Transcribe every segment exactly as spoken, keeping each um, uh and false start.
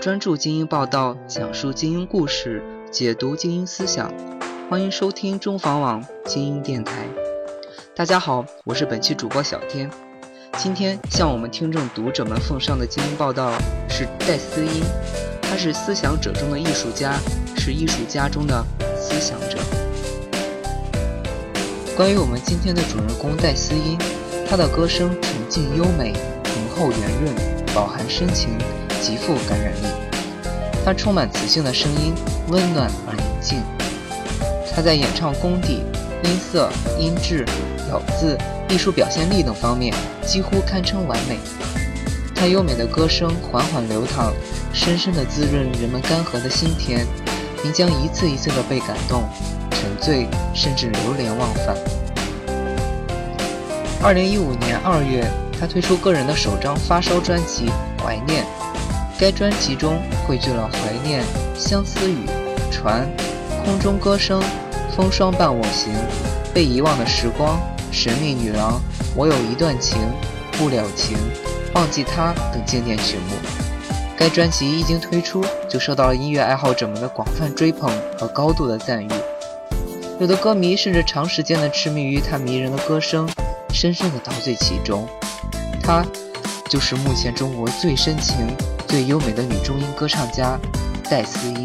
专注精英报道，讲述精英故事，解读精英思想。欢迎收听中房网精英电台。大家好，我是本期主播小天。今天向我们听众读者们奉上的精英报道是戴思音，他是思想者中的艺术家，是艺术家中的思想者。关于我们今天的主人公戴思音，他的歌声纯净优美，浑厚圆润，饱含深情，极富感染力。他充满磁性的声音，温暖而宁静。他在演唱功底、音色、音质、咬字、艺术表现力等方面几乎堪称完美。他优美的歌声缓缓流淌，深深地滋润人们干涸的心田，并将一次一次地被感动、沉醉，甚至流连忘返。二零一五年二月，他推出个人的首张发烧专辑《怀念》。该专辑中汇聚了怀念、相思雨、船、空中歌声、风霜伴我行、被遗忘的时光、神秘女郎、我有一段情、不了情、忘记他等经典曲目。该专辑一经推出，就受到了音乐爱好者们的广泛追捧和高度的赞誉。有的歌迷甚至长时间的痴迷于他迷人的歌声，深深的陶醉其中。她就是目前中国最深情、最优美的女中音歌唱家戴思音。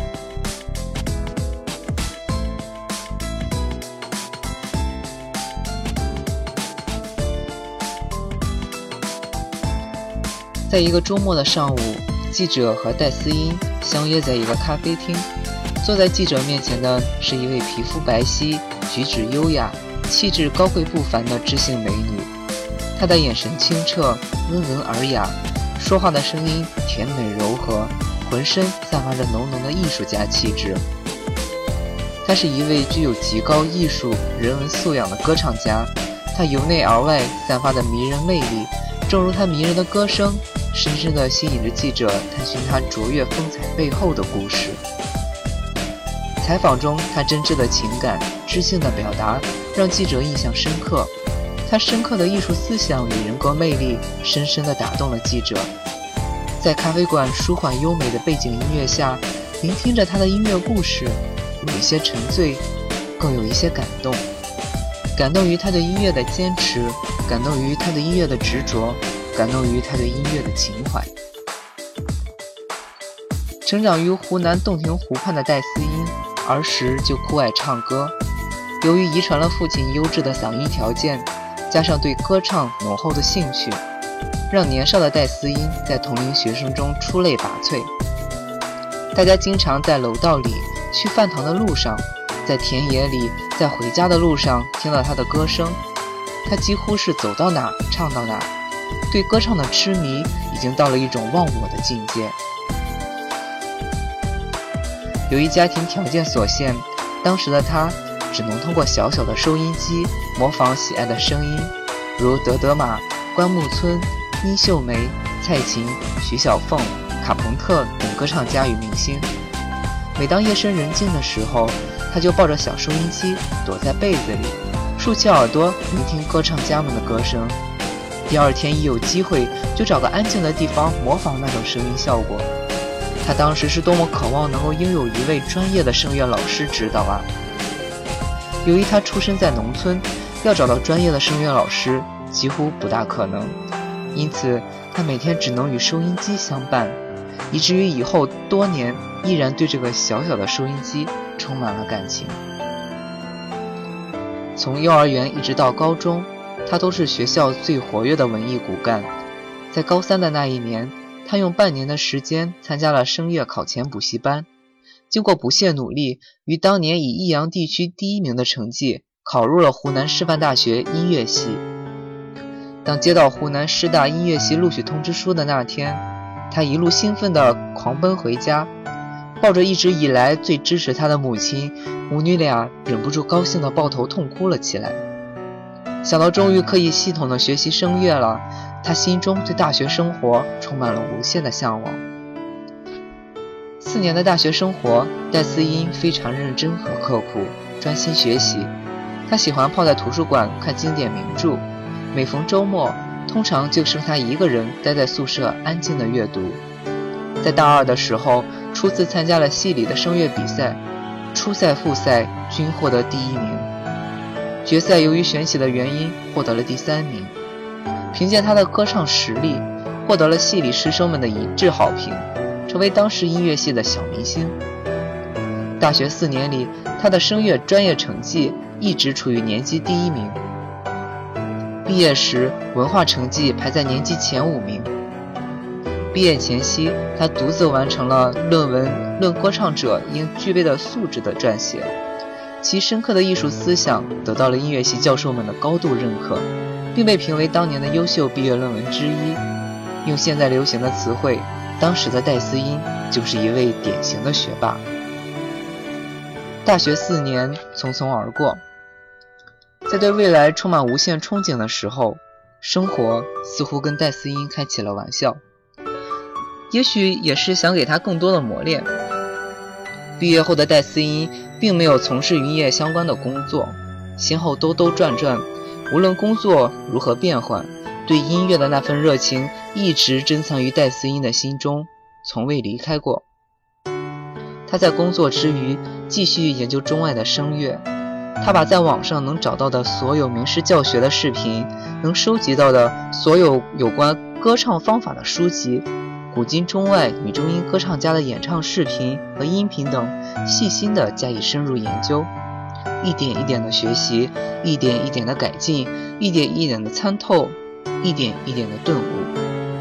在一个周末的上午，记者和戴思音相约在一个咖啡厅。坐在记者面前的是一位皮肤白皙、举止优雅、气质高贵不凡的知性美女。她的眼神清澈、温文尔雅，说话的声音甜美柔和，浑身散发着浓浓的艺术家气质。她是一位具有极高艺术人文素养的歌唱家，她由内而外散发的迷人魅力，正如她迷人的歌声，深深地吸引着记者探寻她卓越风采背后的故事。采访中，她真挚的情感、知性的表达，让记者印象深刻。她深刻的艺术思想与人格魅力，深深地打动了记者。在咖啡馆舒缓优美的背景音乐下，聆听着她的音乐故事，有一些沉醉，更有一些感动。感动于她对音乐的坚持，感动于她对音乐的执着，感动于她对音乐的情怀。成长于湖南洞庭湖畔的戴思音，儿时就酷爱唱歌。由于遗传了父亲优质的嗓音条件，加上对歌唱浓厚的兴趣，让年少的戴思音在同龄学生中出类拔萃。大家经常在楼道里、去饭堂的路上、在田野里、在回家的路上听到他的歌声。他几乎是走到哪唱到哪，对歌唱的痴迷已经到了一种忘我的境界。由于家庭条件所限，当时的他只能通过小小的收音机模仿喜爱的声音，如德德玛、关牧村、殷秀梅、蔡琴、徐小凤、卡朋特等歌唱家与明星。每当夜深人静的时候，他就抱着小收音机躲在被子里，竖起耳朵聆听歌唱家们的歌声。第二天一有机会，就找个安静的地方模仿那种声音效果。他当时是多么渴望能够拥有一位专业的声乐老师指导啊！由于他出身在农村，要找到专业的声乐老师几乎不大可能，因此他每天只能与收音机相伴，以至于以后多年依然对这个小小的收音机充满了感情。从幼儿园一直到高中，他都是学校最活跃的文艺骨干。在高三的那一年，他用半年的时间参加了声乐考前补习班，经过不懈努力，于当年以益阳地区第一名的成绩考入了湖南师范大学音乐系。当接到湖南师大音乐系录取通知书的那天，他一路兴奋地狂奔回家，抱着一直以来最支持他的母亲，母女俩忍不住高兴地抱头痛哭了起来。想到终于可以系统地学习声乐了，他心中对大学生活充满了无限的向往。四年的大学生活，戴思音非常认真和刻苦，专心学习。他喜欢泡在图书馆看经典名著，每逢周末，通常就剩他一个人待在宿舍安静的阅读。 在大二的时候，初次参加了系里的声乐比赛，初赛、复赛均获得第一名。决赛由于选写的原因，获得了第三名。凭借他的歌唱实力，获得了系里师生们的一致好评，成为当时音乐系的小明星。大学四年里，他的声乐专业成绩一直处于年级第一名。毕业时，文化成绩排在年级前五名。毕业前夕，他独自完成了论文《论歌唱者应具备的素质》的撰写，其深刻的艺术思想得到了音乐系教授们的高度认可，并被评为当年的优秀毕业论文之一。用现在流行的词汇，当时的戴思音就是一位典型的学霸。大学四年匆匆而过，在对未来充满无限憧憬的时候，生活似乎跟戴思音开起了玩笑，也许也是想给他更多的磨练。毕业后的戴思音并没有从事音乐相关的工作，先后兜兜转转，无论工作如何变换，对音乐的那份热情一直珍藏于戴思音的心中，从未离开过。他在工作之余继续研究中外的声乐，他把在网上能找到的所有名师教学的视频，能收集到的所有有关歌唱方法的书籍，古今中外女中音歌唱家的演唱视频和音频等，细心地加以深入研究，一点一点的学习，一点一点的改进，一点一点的参透，一点一点的顿悟。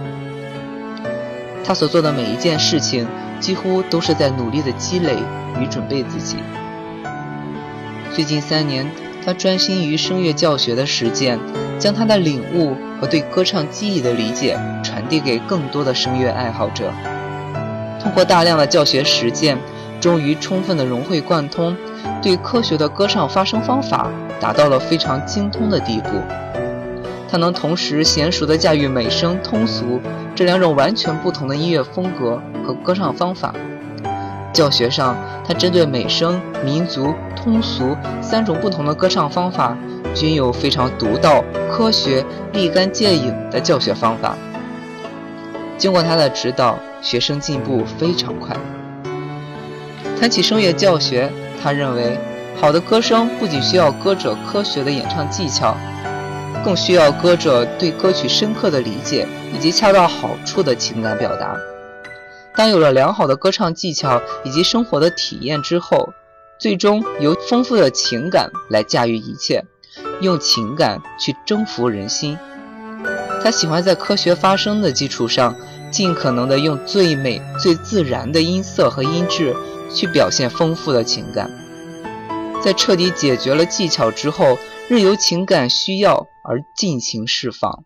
他所做的每一件事情几乎都是在努力的积累与准备自己。最近三年，他专心于声乐教学的实践，将他的领悟和对歌唱技艺的理解传递给更多的声乐爱好者。通过大量的教学实践，终于充分的融会贯通，对科学的歌唱发声方法达到了非常精通的地步。他能同时娴熟地驾驭美声、通俗这两种完全不同的音乐风格和歌唱方法。教学上，他针对美声、民族、通俗三种不同的歌唱方法，均有非常独到、科学、立竿见影的教学方法。经过他的指导，学生进步非常快。谈起声乐教学，他认为，好的歌声不仅需要歌者科学的演唱技巧，更需要歌者对歌曲深刻的理解以及恰到好处的情感表达。当有了良好的歌唱技巧以及生活的体验之后，最终由丰富的情感来驾驭一切，用情感去征服人心。他喜欢在科学发声的基础上，尽可能的用最美最自然的音色和音质去表现丰富的情感。在彻底解决了技巧之后，任由情感需要而尽情释放。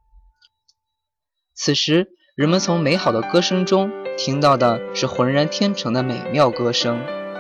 此时，人们从美好的歌声中听到的是浑然天成的美妙歌声。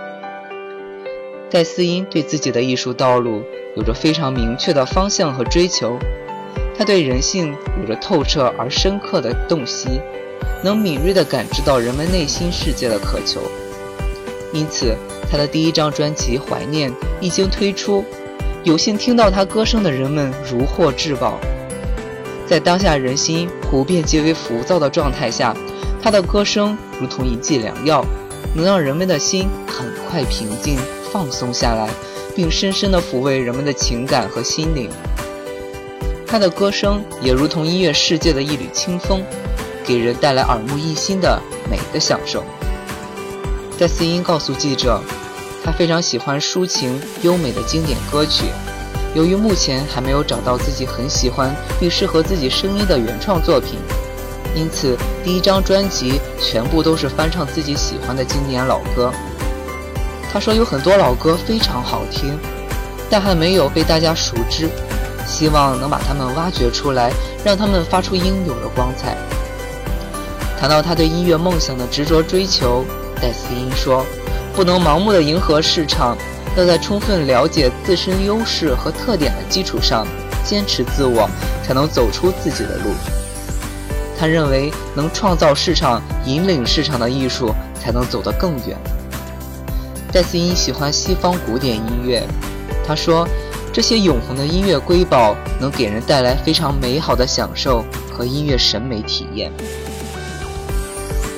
戴思音对自己的艺术道路有着非常明确的方向和追求，他对人性有着透彻而深刻的洞悉，能敏锐地感知到人们内心世界的渴求。因此，他的第一张专辑《怀念》一经推出，有幸听到他歌声的人们如获至宝。在当下人心普遍极为浮躁的状态下，他的歌声如同一剂良药，能让人们的心很快平静放松下来，并深深地抚慰人们的情感和心灵。他的歌声也如同音乐世界的一缕清风，给人带来耳目一新的美的享受。戴思音告诉记者，他非常喜欢抒情优美的经典歌曲，由于目前还没有找到自己很喜欢并适合自己声音的原创作品，因此第一张专辑全部都是翻唱自己喜欢的经典老歌。他说有很多老歌非常好听，但还没有被大家熟知，希望能把它们挖掘出来，让它们发出应有的光彩。谈到他对音乐梦想的执着追求，戴思音说，不能盲目的迎合市场，要在充分了解自身优势和特点的基础上坚持自我，才能走出自己的路。他认为能创造市场、引领市场的艺术才能走得更远。戴思音喜欢西方古典音乐，他说这些永恒的音乐瑰宝能给人带来非常美好的享受和音乐审美体验。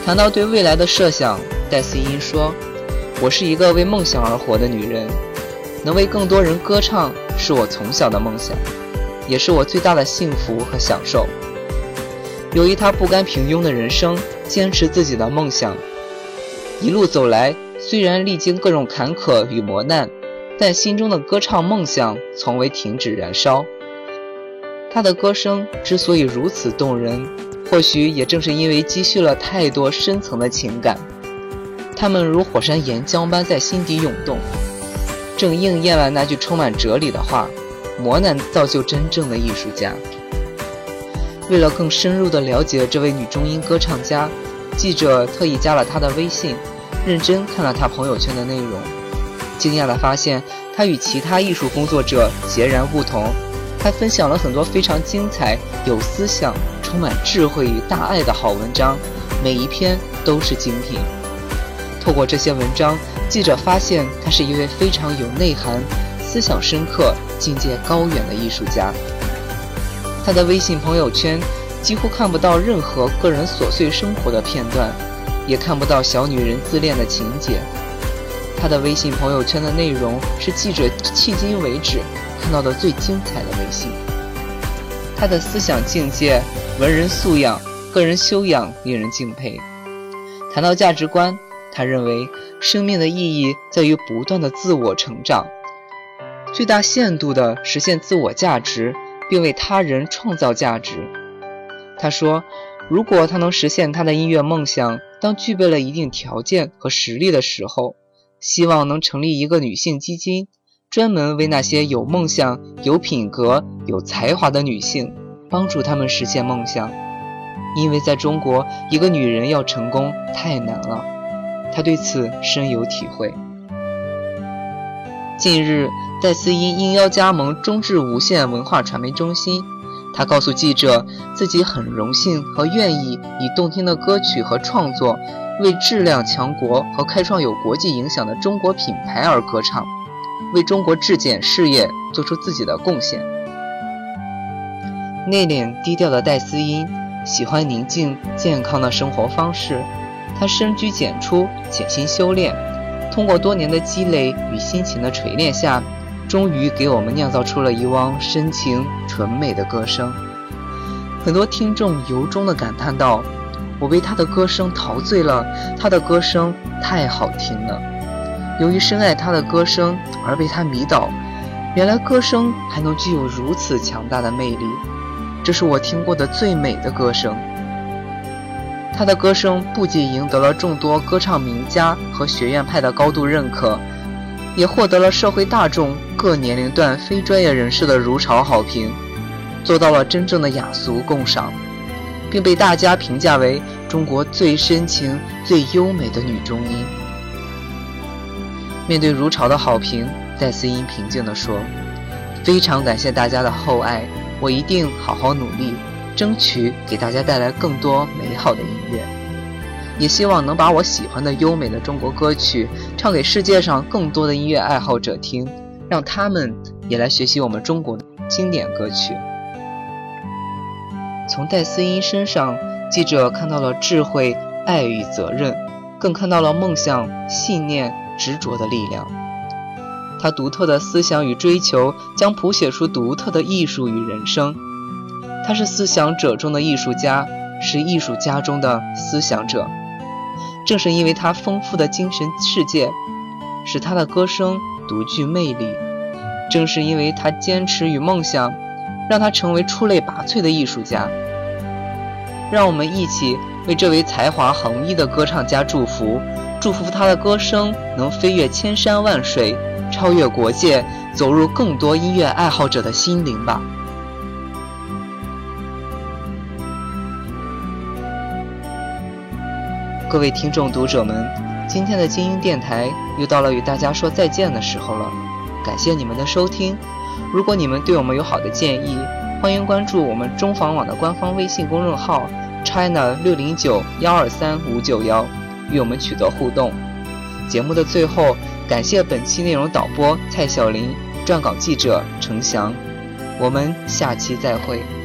谈到对未来的设想，戴思音说，我是一个为梦想而活的女人，能为更多人歌唱是我从小的梦想，也是我最大的幸福和享受。由于她不甘平庸的人生，坚持自己的梦想，一路走来，虽然历经各种坎坷与磨难，但心中的歌唱梦想从未停止燃烧。她的歌声之所以如此动人，或许也正是因为积蓄了太多深层的情感，它们如火山岩浆般在心底涌动，正应验了那句充满哲理的话，磨难造就真正的艺术家。为了更深入地了解这位女中音歌唱家，记者特意加了她的微信，认真看了她朋友圈的内容，惊讶地发现她与其他艺术工作者截然不同。她分享了很多非常精彩、有思想、充满智慧与大爱的好文章，每一篇都是精品。透过这些文章，记者发现她是一位非常有内涵、思想深刻、境界高远的艺术家。她的微信朋友圈几乎看不到任何个人琐碎生活的片段，也看不到小女人自恋的情节。她的微信朋友圈的内容是记者迄今为止看到的最精彩的微信。她的思想境界、文人素养、个人修养令人敬佩。谈到价值观，她认为生命的意义在于不断的自我成长，最大限度地实现自我价值，并为他人创造价值。他说，如果他能实现他的音乐梦想，当具备了一定条件和实力的时候，希望能成立一个女性基金，专门为那些有梦想、有品格、有才华的女性，帮助她们实现梦想。因为在中国，一个女人要成功太难了，他对此深有体会。近日，戴思音应邀加盟中智无线文化传媒中心，她告诉记者，自己很荣幸和愿意以动听的歌曲和创作，为质量强国和开创有国际影响的中国品牌而歌唱，为中国质检事业做出自己的贡献。内敛低调的戴思音喜欢宁静健康的生活方式，她深居简出，潜心修炼，通过多年的积累与辛勤的锤炼下，终于给我们酿造出了一汪深情纯美的歌声。很多听众由衷地感叹道，我为他的歌声陶醉了，他的歌声太好听了。由于深爱他的歌声而被他迷倒，原来歌声还能具有如此强大的魅力，这是我听过的最美的歌声。他的歌声不仅赢得了众多歌唱名家和学院派的高度认可，也获得了社会大众各年龄段非专业人士的如潮好评，做到了真正的雅俗共赏，并被大家评价为中国最深情、最优美的女中音。面对如潮的好评，戴思音平静地说，非常感谢大家的厚爱，我一定好好努力，争取给大家带来更多美好的音乐，也希望能把我喜欢的优美的中国歌曲唱给世界上更多的音乐爱好者听，让他们也来学习我们中国的经典歌曲。从戴思音身上，记者看到了智慧、爱与责任，更看到了梦想、信念、执着的力量。他独特的思想与追求将谱写出独特的艺术与人生。他是思想者中的艺术家，是艺术家中的思想者。正是因为他丰富的精神世界，使他的歌声独具魅力。正是因为他坚持与梦想，让他成为出类拔萃的艺术家。让我们一起为这位才华横溢的歌唱家祝福，祝福他的歌声能飞越千山万水，超越国界，走入更多音乐爱好者的心灵吧。各位听众读者们，今天的精英电台又到了与大家说再见的时候了，感谢你们的收听。如果你们对我们有好的建议，欢迎关注我们中防网的官方微信公众号 China 六零九一二三五九一，与我们取得互动。节目的最后，感谢本期内容导播蔡小林，撰稿记者程翔。我们下期再会。